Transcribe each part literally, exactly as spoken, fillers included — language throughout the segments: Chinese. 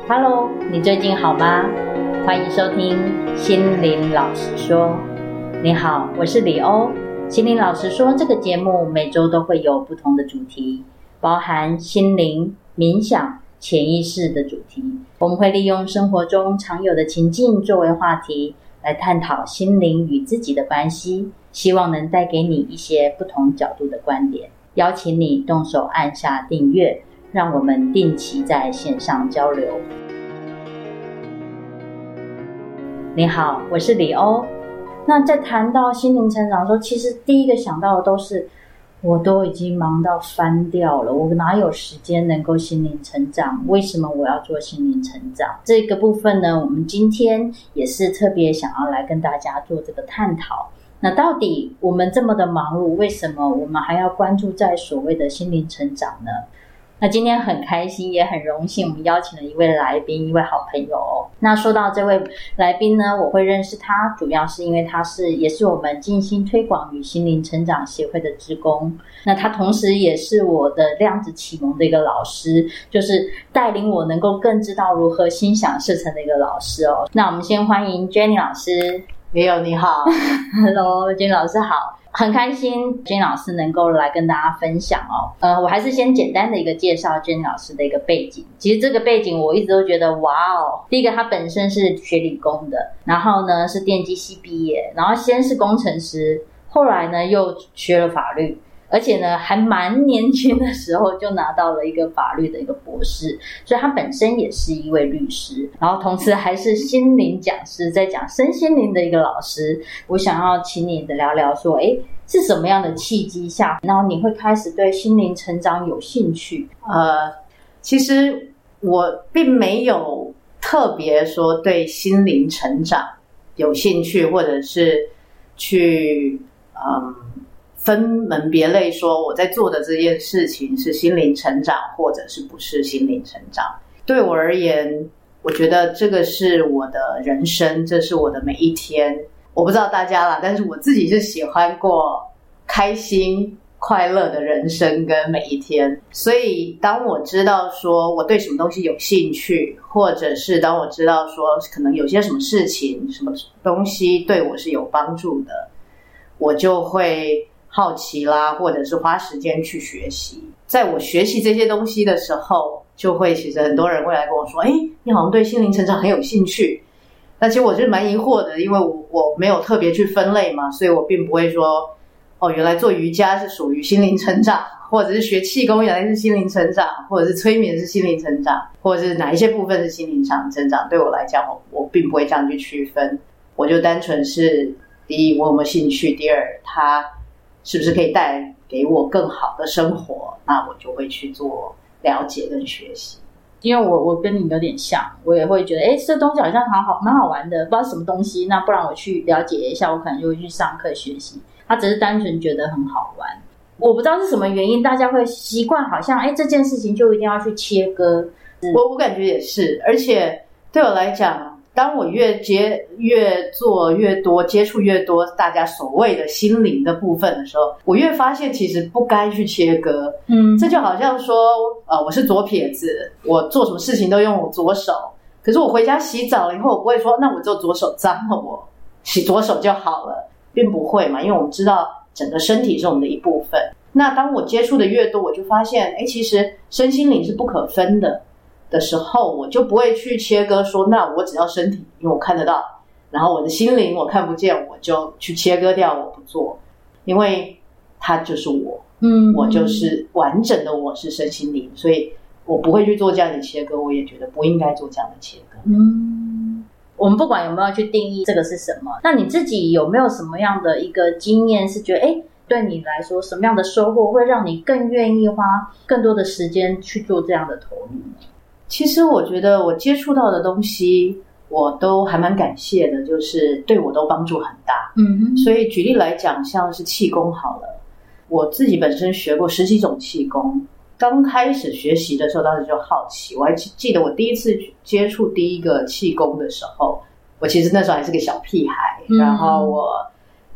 Hello， 你最近好吗？欢迎收听心灵老实说。你好，我是李欧。心灵老实说这个节目每周都会有不同的主题，包含心灵、冥想、潜意识的主题。我们会利用生活中常有的情境作为话题，来探讨心灵与自己的关系，希望能带给你一些不同角度的观点。邀请你动手按下订阅，让我们定期在线上交流。你好，我是李欧。那在谈到心灵成长的时候，其实第一个想到的都是我都已经忙到翻掉了，我哪有时间能够心灵成长？为什么我要做心灵成长？这个部分呢，我们今天也是特别想要来跟大家做这个探讨。那到底我们这么的忙碌，为什么我们还要关注在所谓的心灵成长呢？那今天很开心也很荣幸，我们邀请了一位来宾，一位好朋友哦。那说到这位来宾呢，我会认识他，主要是因为他是也是我们静心推广与心灵成长协会的志工。那他同时也是我的量子启蒙的一个老师，就是带领我能够更知道如何心想事成的一个老师哦。那我们先欢迎 Jenny 老师。 没有，你好。 Hello， Jenny 老师好。很开心 Jenny 老师能够来跟大家分享哦。呃，我还是先简单的一个介绍 Jenny 老师的一个背景。其实这个背景我一直都觉得哇哦，第一个他本身是学理工的，然后呢是电机系毕业，然后先是工程师，后来呢又学了法律，而且呢还蛮年轻的时候就拿到了一个法律的一个博士，所以他本身也是一位律师，然后同时还是心灵讲师，在讲身心灵的一个老师。我想要请你的聊聊说，诶，是什么样的契机下，然后你会开始对心灵成长有兴趣？ 呃，其实我并没有特别说对心灵成长有兴趣，或者是去嗯分门别类说我在做的这件事情是心灵成长或者是不是心灵成长。对我而言，我觉得这个是我的人生，这是我的每一天。我不知道大家啦，但是我自己是喜欢过开心快乐的人生跟每一天。所以当我知道说我对什么东西有兴趣，或者是当我知道说可能有些什么事情什么东西对我是有帮助的，我就会好奇啦，或者是花时间去学习。在我学习这些东西的时候，就会其实很多人会来跟我说，诶，你好像对心灵成长很有兴趣。但其实我是蛮疑惑的，因为我我没有特别去分类嘛，所以我并不会说，哦，原来做瑜伽是属于心灵成长，或者是学气功原来是心灵成长，或者是催眠是心灵成长，或者是哪一些部分是心灵成长。对我来讲，我我并不会这样去区分。我就单纯是第一，我有没有兴趣；第二，它是不是可以带给我更好的生活，那我就会去做了解跟学习。 因为我我跟你有点像，我也会觉得，哎，这东西好像好好蛮好玩的，不知道什么东西，那不然我去了解一下，我可能就会去上课学习。他只是单纯觉得很好玩，我不知道是什么原因，大家会习惯好像，哎，这件事情就一定要去切割。 我我感觉也是，而且对我来讲，当我越接越做越多，接触越多大家所谓的心灵的部分的时候，我越发现其实不该去切割。嗯，这就好像说，呃，我是左撇子，我做什么事情都用我左手，可是我回家洗澡了以后，我不会说，那我就左手脏了，我洗左手就好了，并不会嘛，因为我们知道整个身体是我们的一部分。那当我接触的越多，我就发现，哎，其实身心灵是不可分的。的时候，我就不会去切割说，那我只要身体，因为我看得到，然后我的心灵我看不见，我就去切割掉，我不做，因为它就是我，嗯，我就是完整的我是身心灵，所以我不会去做这样的切割，我也觉得不应该做这样的切割。 嗯，我们不管有没有去定义这个是什么，那你自己有没有什么样的一个经验是觉得，哎，对你来说什么样的收获会让你更愿意花更多的时间去做这样的投入呢？ 其实我觉得我接触到的东西我都还蛮感谢的，就是对我都帮助很大。嗯，所以举例来讲，像是气功好了，我自己本身学过十几种气功，刚开始学习的时候当时就好奇，我还记得我第一次接触第一个气功的时候，我其实那时候还是个小屁孩，嗯，然后我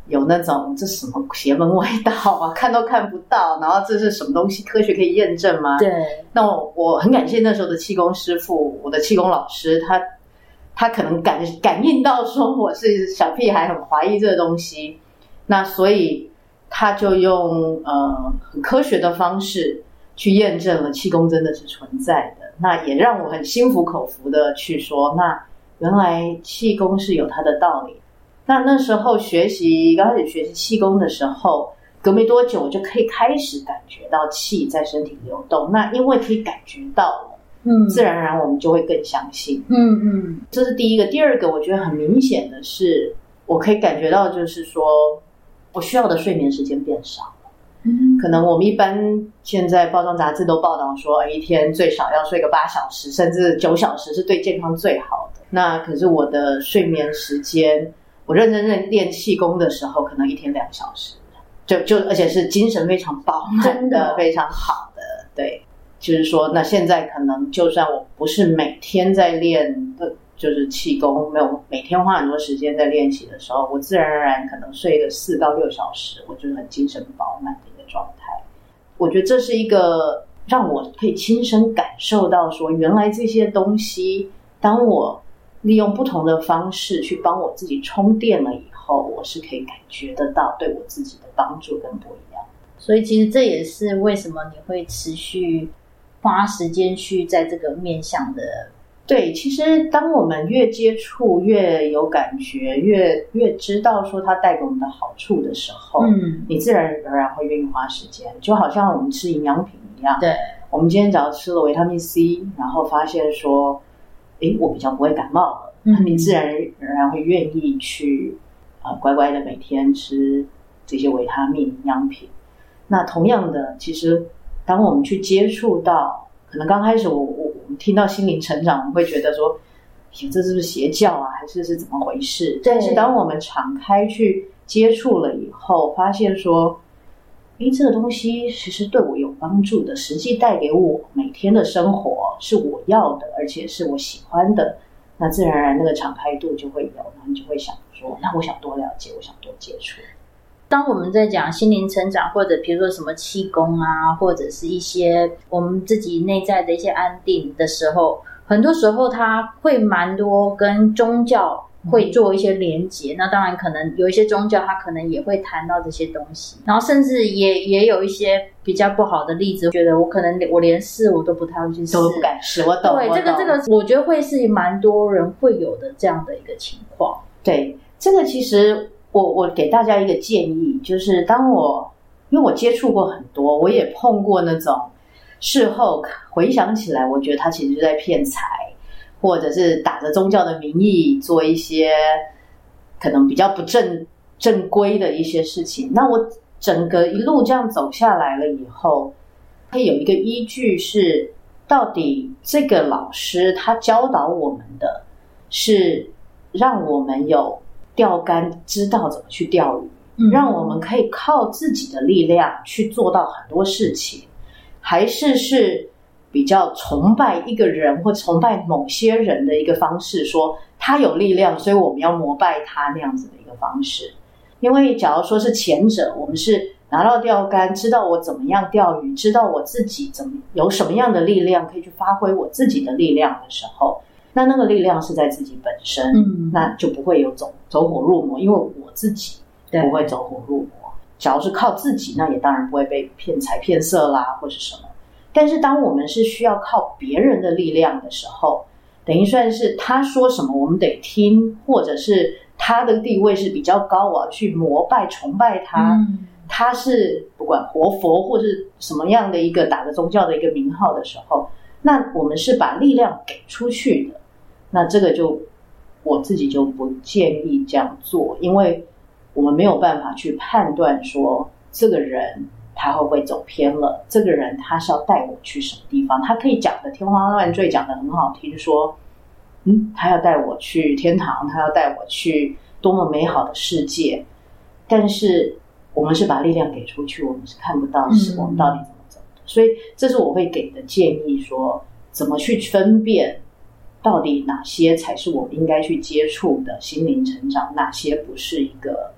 有那种这什么邪门歪道啊，看都看不到，然后这是什么东西，科学可以验证吗？ 对。 那我我很感谢那时候的气功师傅，我的气功老师，他他可能感感应到说我是小屁孩，很怀疑这个东西，那所以他就用呃很科学的方式去验证了气功真的是存在的，那也让我很心服口服的去说，那原来气功是有它的道理。那那时候学习刚开始学习气功的时候，隔没多久我就可以开始感觉到气在身体流动，那因为可以感觉到了，嗯，自然而然我们就会更相信，嗯嗯，这是第一个。第二个我觉得很明显的是，我可以感觉到就是说我需要的睡眠时间变少了，嗯，可能我们一般现在报章杂志都报道说一天最少要睡个八小时甚至九小时是对健康最好的，那可是我的睡眠时间，我认真认练气功的时候可能一天两小时，就就而且是精神非常饱满的，非常好的，对，就是说那现在可能就算我不是每天在练就是气功，没有每天花很多时间在练习的时候，我自然而然可能睡个四到六小时，我就是很精神饱满的一个状态。我觉得这是一个让我可以亲身感受到说，原来这些东西当我利用不同的方式去帮我自己充电了以后，我是可以感觉得到对我自己的帮助跟不一样。 所以其实这也是为什么你会持续花时间去在这个面向的。 对，其实当我们越接触越有感觉，越越知道说它带给我们的好处的时候，嗯，你自然而然会愿意花时间。就好像我们吃营养品一样， 对， 我们今天只要吃了维他命 C， 然后发现说诶我比较不会感冒了，嗯，你自然而然会愿意去呃乖乖的每天吃这些维他命营养品。那同样的，其实当我们去接触到，可能刚开始我我我们听到心灵成长，我们会觉得说这是不是邪教啊，还是是怎么回事？但是当我们敞开去接触了以后，发现说诶这个东西其实对我有帮助的，实际带给我每天的生活是我要的，而且是我喜欢的，那自然而然那个敞开度就会有，然后你就会想说那我想多了解，我想多接触。 当我们在讲心灵成长，或者比如说什么气功啊，或者是一些我们自己内在的一些安定的时候，很多时候它会蛮多跟宗教会做一些连结，嗯，那当然可能有一些宗教它可能也会谈到这些东西，然后甚至也也有一些比较不好的例子，觉得我可能我连试我都不太会去试， 都不敢试。我懂， 对，这个这个我觉得会是蛮多人会有的这样的一个情况。 对，这个其实我我给大家一个建议，就是当我因为我接触过很多，我也碰过那种事后回想起来，我觉得他其实就在骗财，或者是打着宗教的名义做一些可能比较不正正规的一些事情。那我整个一路这样走下来了以后，可以有一个依据是，到底这个老师他教导我们的是让我们有钓竿知道怎么去钓鱼，嗯，让我们可以靠自己的力量去做到很多事情，还是是比较崇拜一个人或崇拜某些人的一个方式，说他有力量所以我们要膜拜他那样子的一个方式。因为假如说是前者，我们是拿到钓竿知道我怎么样钓鱼，知道我自己怎么有什么样的力量可以去发挥我自己的力量的时候，那那个力量是在自己本身，嗯，那就不会有走走火入魔，因为我自己不会走火入魔。假如是靠自己，那也当然不会被骗财骗色啦或是什么。但是当我们是需要靠别人的力量的时候，等于算是他说什么我们得听，或者是他的地位是比较高，我要去膜拜崇拜他，嗯，他是不管活佛或是什么样的一个打着宗教的一个名号的时候，那我们是把力量给出去的，那这个就我自己就不建议这样做，因为我们没有办法去判断说这个人他会不会走偏了，这个人他是要带我去什么地方，他可以讲的天花乱坠，讲的很好听，说嗯，他要带我去天堂，他要带我去多么美好的世界，但是我们是把力量给出去，我们是看不到是我们到底怎么走的，嗯，所以这是我会给的建议，说怎么去分辨到底哪些才是我们应该去接触的心灵成长，哪些不是一个比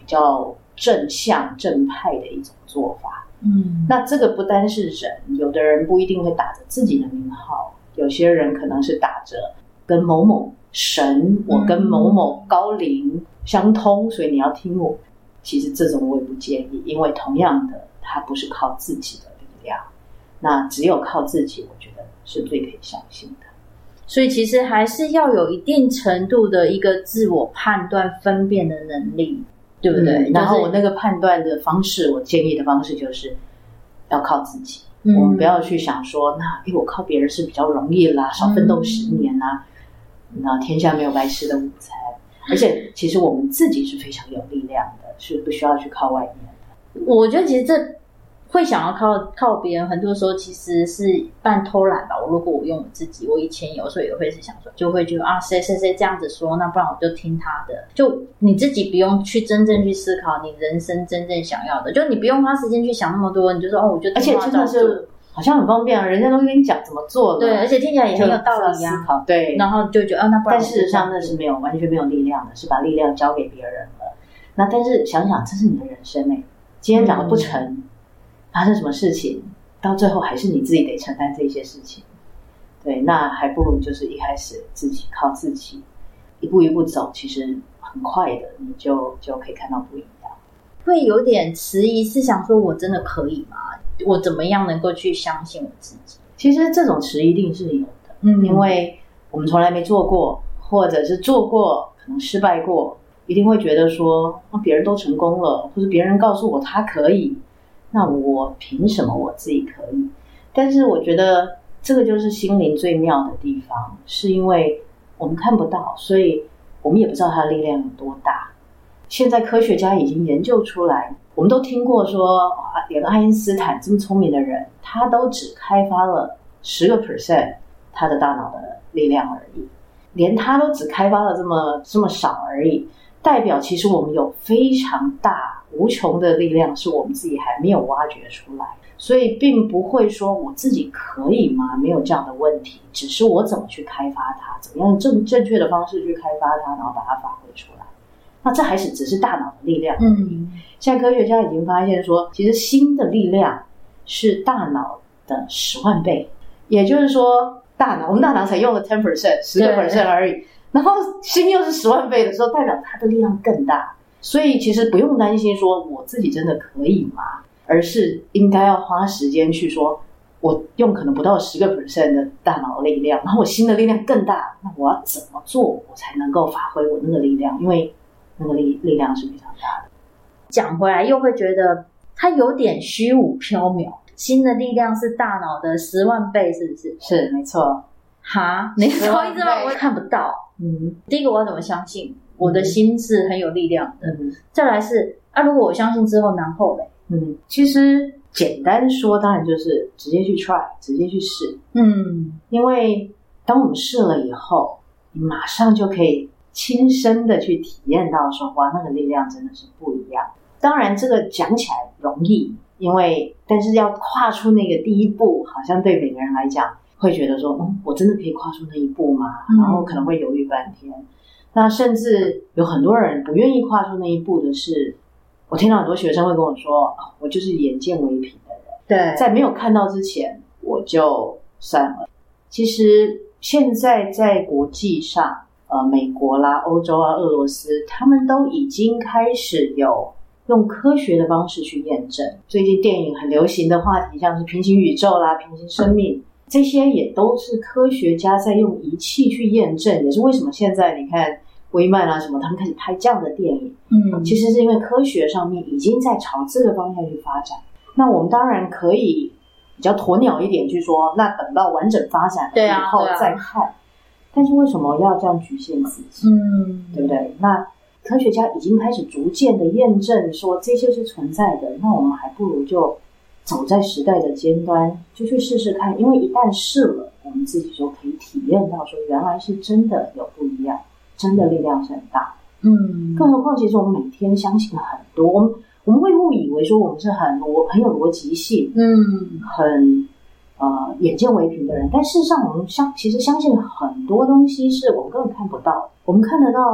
较正向正派的一种做法。 嗯， 那这个不单是人，有的人不一定会打着自己的名号，有些人可能是打着跟某某神，我跟某某高龄相通，所以你要听我。其实这种我也不建议，因为同样的，它不是靠自己的力量，那只有靠自己，我觉得是最可以相信的。 所以其实还是要有一定程度的一个自我判断分辨的能力，对不对？ 嗯、然后我那个判断的方式，我建议的方式就是要靠自己。嗯、我们不要去想说，那诶我靠别人是比较容易啦，少奋斗十年啦，嗯、那天下没有白吃的午餐。而且其实我们自己是非常有力量的，是不需要去靠外面的。 我觉得其实这会想要靠靠别人，很多时候其实是半偷懒吧。我如果我用我自己，我以前有时候也会是想说，就会觉得啊，谁谁谁这样子说，那不然我就听他的。就你自己不用去真正去思考你人生真正想要的，就你不用花时间去想那么多，你就说哦，我就听他而且真的是好像很方便啊，人家都跟你讲怎么做了， 对，而且听起来也很有道理啊。 思考对， 然后就觉得啊，那不然但事实上那是没有完全没有力量的，是把力量交给别人了。那但是想想，这是你的人生哎，今天讲的不成。嗯发生什么事情，到最后还是你自己得承担这些事情。对，那还不如就是一开始自己靠自己，一步一步走，其实很快的，你就就可以看到不一样。 会有点迟疑，是想说我真的可以吗？我怎么样能够去相信我自己？ 其实这种迟疑一定是有的， 嗯， 因为我们从来没做过，或者是做过可能失败过，一定会觉得说，啊，别人都成功了，或者别人告诉我他可以。那我凭什么我自己可以？但是我觉得这个就是心灵最妙的地方，是因为我们看不到，所以我们也不知道它的力量有多大。现在科学家已经研究出来，我们都听过说，连爱因斯坦这么聪明的人，他都只开发了十个 percent 他的大脑的力量而已，连他都只开发了这么这么少而已，代表其实我们有非常大无穷的力量是我们自己还没有挖掘出来，所以并不会说我自己可以吗？没有这样的问题，只是我怎么去开发它，怎么样正正确的方式去开发它，然后把它发挥出来。那这还是只是大脑的力量而已。嗯，现在科学家已经发现说，其实心的力量是大脑的十万倍，也就是说，大脑我们大脑才用了 百分之十 十个 percent 而已，然后心又是十万倍的时候，代表它的力量更大。所以其实不用担心说我自己真的可以吗？而是应该要花时间去说，我用可能不到十个 percent 的大脑力量，然后我心的力量更大，那我要怎么做我才能够发挥我那个力量？因为那个力力量是非常大的。 讲回来又会觉得它有点虚无缥缈，心的力量是大脑的十万倍，是不是？ 是，没错。 哈，你说一次吗？我看不到。嗯，第一个我要怎么相信？我的心是很有力量的。嗯，再来是啊，如果我相信之后，然后嘞， 嗯，其实简单说，当然就是直接去 try， 直接去试。嗯，因为当我们试了以后，你马上就可以亲身的去体验到说，哇，那个力量真的是不一样。当然，这个讲起来容易，因为但是要跨出那个第一步，好像对每个人来讲，会觉得说，嗯，我真的可以跨出那一步吗？然后可能会犹豫半天。那甚至有很多人不愿意跨出那一步的是，我听到很多学生会跟我说，哦，我就是眼见为凭的人， 对， 在没有看到之前我就算了。其实现在在国际上，呃，美国啦、欧洲啊、俄罗斯，他们都已经开始有用科学的方式去验证。最近电影很流行的话题，像是平行宇宙啦、平行生命，这些也都是科学家在用仪器去验证，也是为什么现在你看威曼啊什么，他们开始拍这样的电影，嗯，其实是因为科学上面已经在朝这个方向去发展。那我们当然可以比较鸵鸟一点去说，那等到完整发展了以后再看，啊啊、但是为什么要这样局限自己？嗯，对不对？那科学家已经开始逐渐的验证说这些是存在的，那我们还不如就走在时代的尖端，就去试试看，因为一旦试了，我们自己就可以体验到说原来是真的有不一样，真的力量是很大的。嗯，更何况其实我们每天相信很多，我们我们会误以为说我们是很逻很有逻辑性，嗯，很呃眼见为凭的人，但事实上我们相其实相信很多东西是我们根本看不到，我们看得到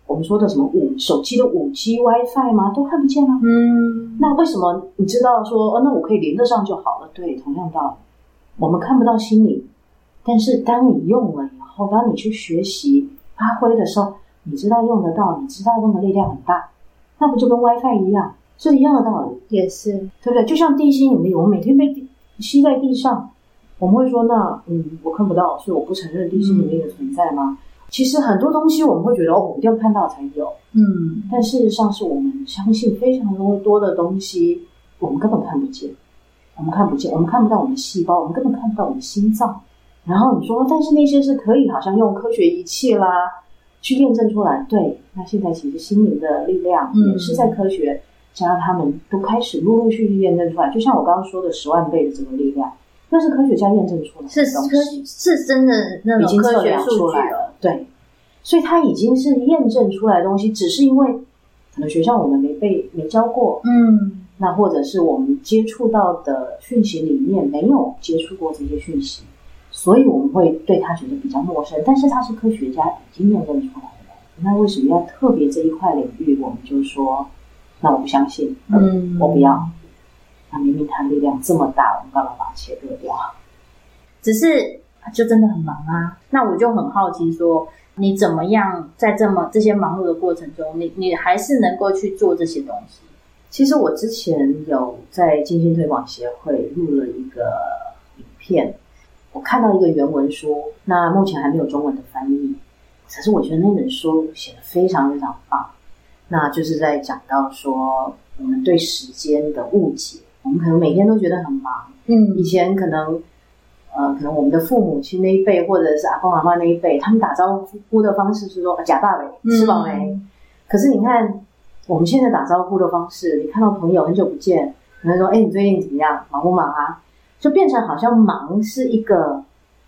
我们说的什么五手机的五 G WiFi 吗？都看不见啊。 嗯， 那为什么你知道说，哦，那我可以连得上就好了？对，同样道理，我们看不到心灵，但是当你用了以后，当你去学习发挥的时候，你知道用得到，你知道那个力量很大，那不就跟 WiFi 一样，是一样的道理， 也是， 对不对？就像地心引力，我们每天被吸在地上，我们会说，那嗯，我看不到，所以我不承认地心引力的存在吗？嗯，其实很多东西我们会觉得，哦，我一定要看到才有， 嗯， 但事实上是我们相信非常多的东西，我们根本看不见，我们看不见，我们看不到我们的细胞，我们根本看不到我们的心脏。然后你说，但是那些是可以好像用科学仪器啦去验证出来，对，那现在其实心灵的力量也是在科学家他们都开始陆陆续续验证出来，就像我刚刚说的十万倍的这个力量，那是科学家验证出来的东西， 是是真的那种科学数据了，对，所以它已经是验证出来的东西，只是因为可能学校我们没被没教过， 嗯， 那或者是我们接触到的讯息里面没有接触过这些讯息，所以我们会对它觉得比较陌生，但是它是科学家已经验证出来的，那为什么要特别这一块领域我们就说那我不相信，嗯，我不要，那明明它力量这么大，我们干嘛把它切割掉？ 只是就真的很忙啊。那我就很好奇说，你怎么样在这么这些忙碌的过程中，你你还是能够去做这些东西？ 其实我之前有在静心推广协会录了一个影片，我看到一个原文书，那目前还没有中文的翻译，可是我觉得那本书写得非常非常棒。那就是在讲到说我们对时间的误解，我们可能每天都觉得很忙，嗯，以前可能呃，可能我们的父母亲那一辈，或者是阿公阿嬷那一辈，他们打招呼的方式是说假大伟吃饱没、嗯、可是你看我们现在打招呼的方式，你看到朋友很久不见，可能说哎，你最近怎么样，忙不忙啊，就变成好像忙是一个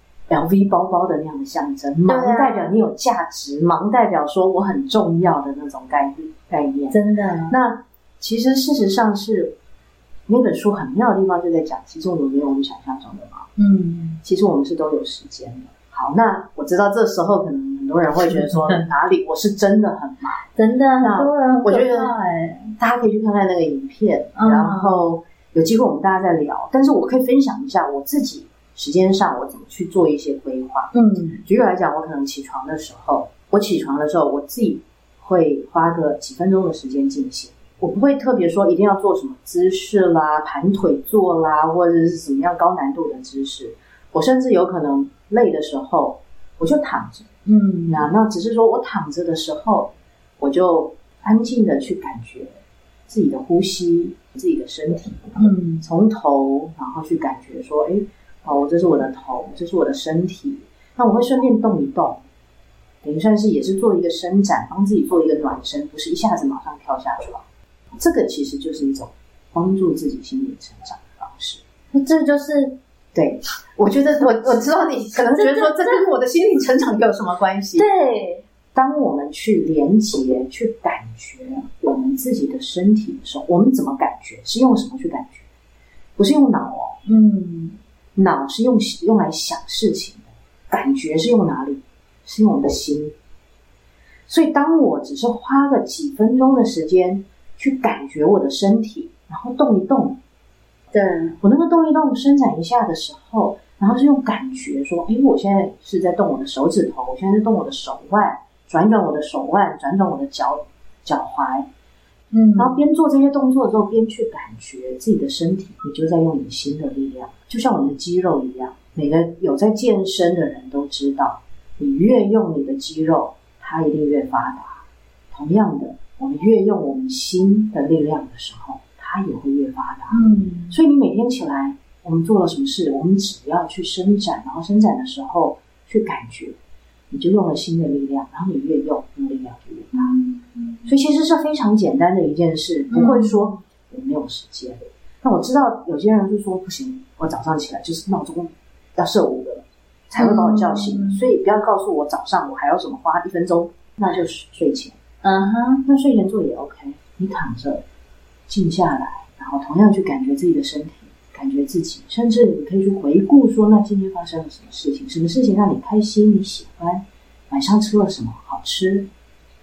L V 包包的那样的象征，忙代表你有价值，忙代表说我很重要的那种概概念。 真的， 那其实事实上是那本书很妙的地方就在讲，其实我们没有我们想象中的忙，嗯，其实我们是都有时间的。好，那我知道这时候可能很多人会觉得说哪里我是真的很忙， 真的很多人， 我觉得大家可以去看看那个影片，嗯、然后有机会我们大家再聊。但是我可以分享一下我自己时间上我怎么去做一些规划。嗯，举例来讲，我可能起床的时候，我起床的时候，我自己会花个几分钟的时间静心。我不会特别说一定要做什么姿势啦，盘腿坐啦，或者是什么样高难度的姿势。我甚至有可能累的时候，我就躺着。嗯，那那只是说我躺着的时候，我就安静的去感觉自己的呼吸，自己的身体。嗯，从头然后去感觉说，哎。哦，这是我的头，这是我的身体，那我会顺便动一动，等于算是也是做一个伸展，帮自己做一个暖身，不是一下子马上跳下床。这个其实就是一种帮助自己心理成长的方式。 这就是对，我觉得我我知道你可能觉得说这跟我的心理成长有什么关系？ 对， 当我们去连接、去感觉我们自己的身体的时候，我们怎么感觉？是用什么去感觉？不是用脑哦，嗯。脑是用用来想事情的，感觉是用哪里？是用我们的心。所以当我只是花个几分钟的时间去感觉我的身体，然后动一动，对，我那个动一动伸展一下的时候，然后是用感觉说，诶，我现在是在动我的手指头，我现在在动我的手腕，转转我的手腕，转转我的脚脚踝，嗯，然后边做这些动作的时候，边去感觉自己的身体，你就在用你心的力量，就像我们的肌肉一样。每个有在健身的人都知道，你越用你的肌肉，它一定越发达。同样的，我们越用我们心的力量的时候，它也会越发达。嗯，所以你每天起来，我们做了什么事，我们只要去伸展，然后伸展的时候去感觉，你就用了心的力量，然后你越用，那力量就越大。嗯，所以其实是非常简单的一件事，不会说我没有时间。那我知道有些人就说不行，我早上起来就是闹钟要设五个才会把我叫醒，嗯，所以不要告诉我早上我还要怎么花一分钟，那就是睡前。嗯哼，那睡前做也 OK， 你躺着静下来，然后同样去感觉自己的身体，感觉自己，甚至你可以去回顾说，那今天发生了什么事情，什么事情让你开心，你喜欢，晚上吃了什么好吃，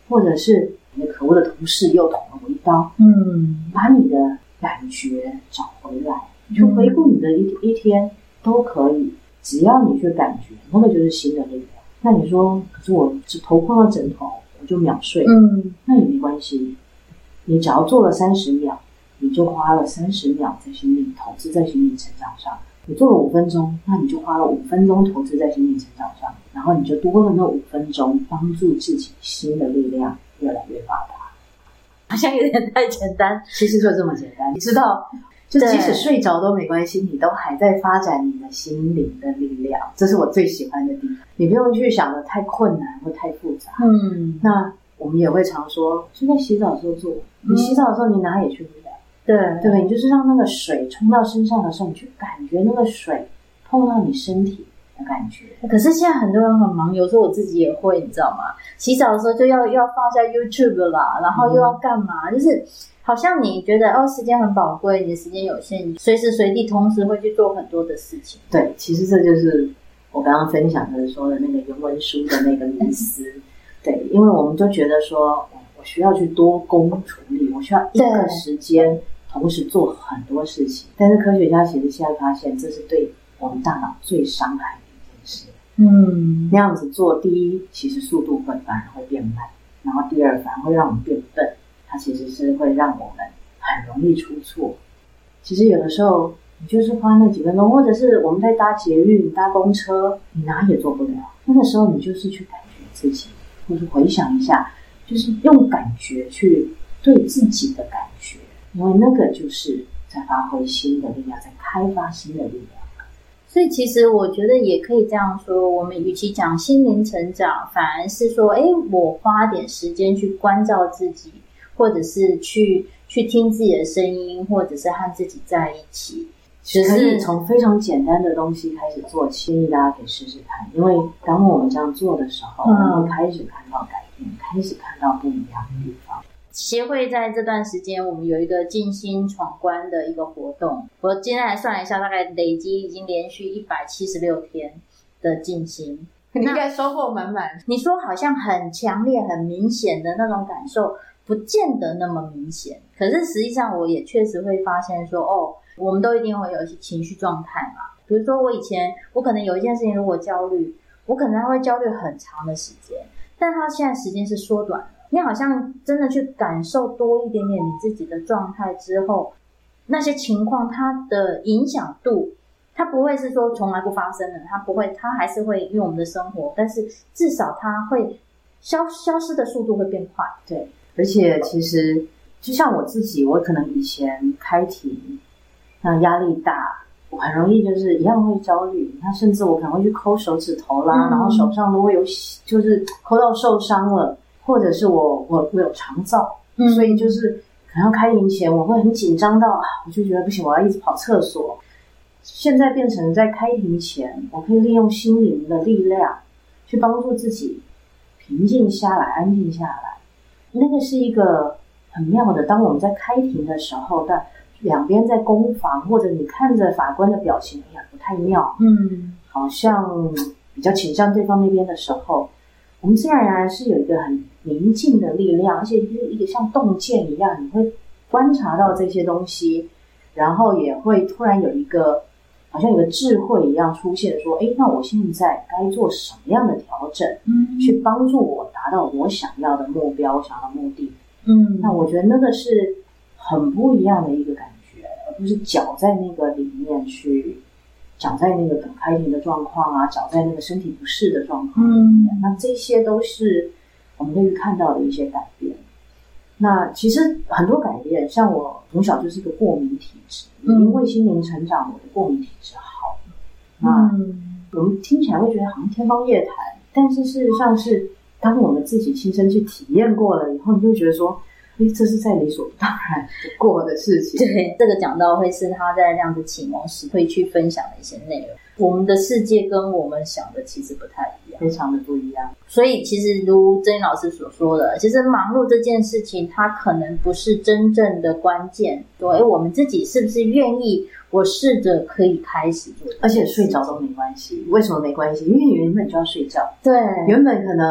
或者是你的可恶的同事又捅了我一刀， 嗯， 把你的感觉找回来，去回顾你的一一天都可以，只要你去感觉，那个就是新的力量。那你说，可是我只头碰到枕头我就秒睡， 嗯， 那也没关系，你只要做了三十秒，你就花了三十秒在心理投资在心理成长上。你做了五分钟，那你就花了五分钟投资在心理成长上，然后你就多了那五分钟帮助自己新的力量越来越发达。 好像有点太简单， 其实就这么简单，你知道，就即使睡着都没关系，你都还在发展你的心灵的力量，这是我最喜欢的地方。你不用去想的太困难或太复杂。 嗯， 那我们也会常说，就在洗澡的时候做。你洗澡的时候，你哪也去不了。 对对不对？你就是让那个水冲到身上的时候，你去感觉那个水碰到你身体的感觉。 可是现在很多人很忙，有时候我自己也会，你知道吗？洗澡的时候就要要放下 YouTube 啦，然后又要干嘛？嗯、就是好像你觉得哦，时间很宝贵，你的时间有限，你随时随地同时会去做很多的事情。 对，其实这就是我刚刚分享的说的那个原文书的那个迷思。对，因为我们都觉得说，我需要去多工处理，我需要一个时间同时做很多事情，但是科学家其实现在发现，这是对我们大脑最伤害的一件事。 嗯， 那样子做，第一，其实速度会反而会变慢，然后第二，反而会让我们变笨，它其实是会让我们很容易出错。其实有的时候，你就是花那几分钟，或者是我们在搭捷运、搭公车，你哪也做不了。那个时候，你就是去感觉自己，或是回想一下，就是用感觉去对自己的感觉。因为那个就是在发挥新的力量，在开发新的力量。 所以其实我觉得也可以这样说，我们与其讲心灵成长，反而是说，诶，我花点时间去关照自己，或者是去去听自己的声音，或者是和自己在一起。 可以从非常简单的东西开始做起，建议大家可以试试看。因为当我们这样做的时候，嗯、我们会开始看到改变，开始看到不一样的地方。 协会在这段时间，我们有一个静心闯关的一个活动。我今天来算了一下，大概累积已经连续一百七十六天的静心， 你应该收获满满。 你说好像很强烈、很明显的那种感受，不见得那么明显。可是实际上，我也确实会发现说，哦，我们都一定会有一些情绪状态嘛。比如说，我以前我可能有一件事情如果焦虑，我可能会焦虑很长的时间，但它现在时间是缩短了。你好像真的去感受多一点点你自己的状态之后，那些情况它的影响度，它不会是说从来不发生的，它不会，它还是会因为我们的生活，但是至少它会消消失的速度会变快。 对，而且其实就像我自己，我可能以前开题，那压力大，我很容易就是一样会焦虑，那甚至我可能会去抠手指头啦，嗯、然后手上如果有就是抠到受伤了。或者是我我我有肠燥，嗯、所以就是可能要开营前我会很紧张到啊，我就觉得不行，我要一直跑厕所。现在变成在开庭前，我可以利用心灵的力量去帮助自己平静下来、安静下来。那个是一个很妙的。当我们在开庭的时候，但两边在攻防，或者你看着法官的表情，哎呀不太妙，嗯，好像比较倾向对方那边的时候。我们自然而然是有一个很宁静的力量，而且一个像洞见一样，你会观察到这些东西，然后也会突然有一个好像有个智慧一样出现，说，诶，那我现在该做什么样的调整，嗯，去帮助我达到我想要的目标，我想要的目的。嗯，那我觉得那个是很不一样的一个感觉，而不是搅在那个里面去。搅在那个等开庭的状况啊，搅在那个身体不适的状况里面，嗯、那这些都是我们可以看到的一些改变。那其实很多改变，像我从小就是一个过敏体质，嗯、因为心灵成长，我的过敏体质好了。那、嗯、我们听起来会觉得好像天方夜谭，但是事实上是，当我们自己亲身去体验过了以后，你就会觉得说，这是在理所当然的过的事情。 对，这个讲到会是他在量子启蒙时会去分享的一些内容。我们的世界跟我们想的其实不太一样， 非常的不一样。 所以其实如曾老师所说的，其实忙碌这件事情，它可能不是真正的关键。说，哎，我们自己是不是愿意？我试着可以开始做， 而且睡着都没关系。为什么没关系？因为原本就要睡觉。 对， 原本可能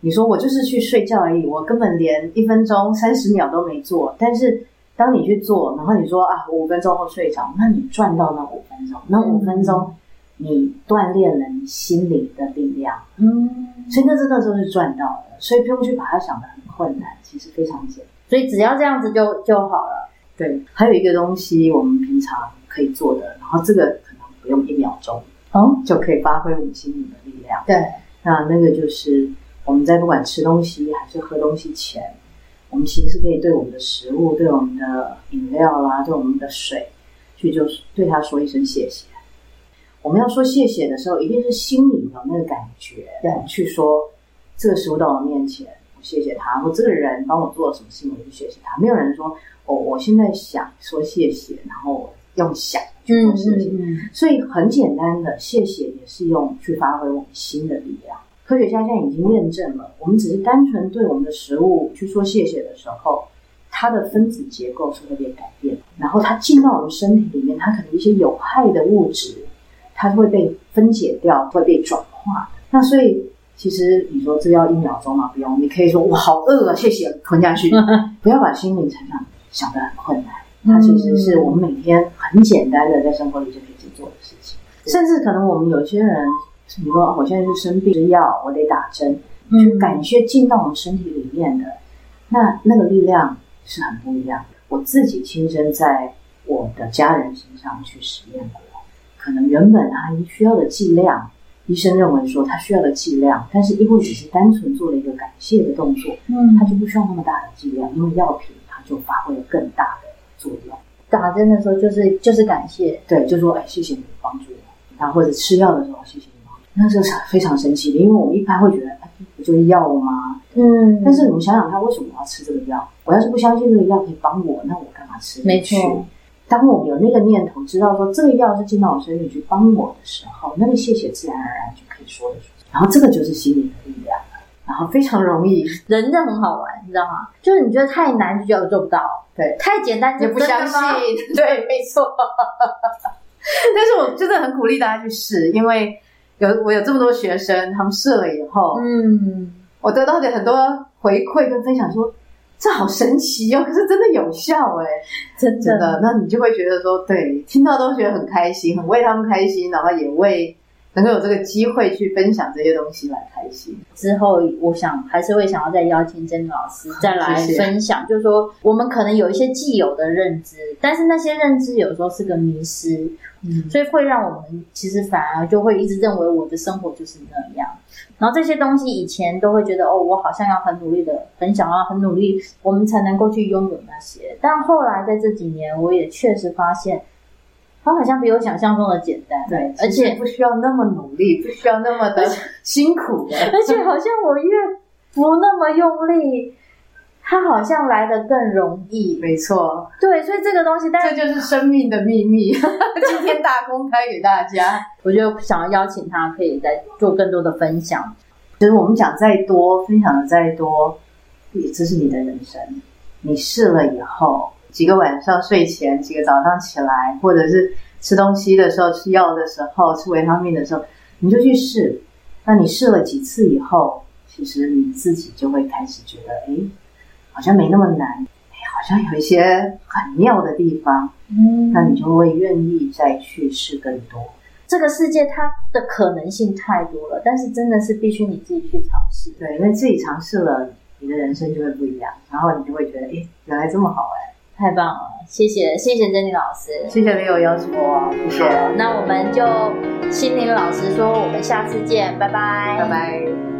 你说我就是去睡觉而已，我根本连一分钟三十秒都没做，但是当你去做，然后你说啊，我五分钟后睡着，那你赚到那五分钟，那五分钟你锻炼了你心灵的力量，嗯，所以那这个时候是赚到的，所以不用去把它想得很困难，其实非常简单， 所以只要这样子就就好了。 对，还有一个东西我们平常可以做的，然后这个可能不用一秒钟哦，就可以发挥我们心灵的力量。 对， 那那个就是我们在不管吃东西还是喝东西前，我们其实是可以对我们的食物、对我们的饮料啦、对我们的水，去就对它说一声谢谢。我们要说谢谢的时候，一定是心里有那个感觉，对，去说这个食物到我面前，我谢谢他，或这个人帮我做了什么事情，我就谢谢他。没有人说哦，我现在想说谢谢，然后用想去说谢谢。嗯嗯嗯，所以很简单的谢谢也是用去发挥我们心的力量。科学家现在已经验证了，我们只是单纯对我们的食物去说谢谢的时候，它的分子结构是会被改变，然后它进到我们身体里面，它可能一些有害的物质它会被分解掉，会被转化。那所以其实你说这要一秒钟吗？不用，你可以说我好饿啊，谢谢，吞下去。不要把心灵成长想得很困难，它其实是我们每天很简单的在生活里就可以去做的事情。甚至可能我们有些人，比如说我现在是生病吃药，我得打针，去感谢进到我们身体里面的，那那个力量是很不一样的。我自己亲身在我的家人身上去实验过，可能原本他需要的剂量，医生认为说他需要的剂量，但是因为只是单纯做了一个感谢的动作，嗯，他就不需要那么大的剂量，因为药品它就发挥了更大的作用。 打针的时候就是就是感谢， 对，就说哎，谢谢你帮助我，然后或者吃药的时候谢谢你帮助我，那是非常神奇的，因为我们一般会觉得哎，不就是药吗？嗯，但是我们想想看，为什么我要吃这个药？我要是不相信这个药可以帮我，那我干嘛吃？ 没错。 当我们有那个念头，知道说这个药是进到我身体去帮我的时候，那个谢谢自然而然就可以说得出。然后这个就是心灵的力量了，然后非常容易。 人真的很好玩，你知道吗？就是你觉得太难就觉得做不到， 对， 太简单就也不相信，对，没错。但是我真的很鼓励大家去试，因为有我有这么多学生，他们试了以后，嗯，我得到的很多回馈跟分享说，这好神奇哦，可是真的有效哎，真的，真的，那你就会觉得说，对，听到都觉得很开心，很为他们开心，然后也为能够有这个机会去分享这些东西来开心。 之后我想还是会想要再邀请珍妮老师再来分享，谢谢。就是说我们可能有一些既有的认知，但是那些认知有时候是个迷失，嗯，所以会让我们其实反而就会一直认为我的生活就是那样。然后这些东西以前都会觉得哦，我好像要很努力的，很想要很努力，我们才能够去拥有那些。但后来在这几年，我也确实发现，它好像比我想象中的简单， 对，而且不需要那么努力，不需要那么的辛苦的， 而且好像我越不那么用力，它好像来得更容易。 没错， 对，所以这个东西，但这就是生命的秘密。今天大公开给大家， 我就想要邀请他，可以再做更多的分享。 其实我们讲再多，分享的再多，这是你的人生。你试了以后，几个晚上睡前，几个早上起来，或者是吃东西的时候，吃药的时候，吃维他命的时候，你就去试。那你试了几次以后，其实你自己就会开始觉得，哎，好像没那么难，哎，好像有一些很妙的地方，嗯，那你就会愿意再去试更多。 这个世界它的可能性太多了，但是真的是必须你自己去尝试。 对，因为自己尝试了，你的人生就会不一样，然后你就会觉得，哎，原来这么好哎。 太棒了，谢谢谢谢珍妮老师， 谢谢Leo邀请我，谢谢。 那我们就心灵老师说，我们下次见，拜拜， 拜拜。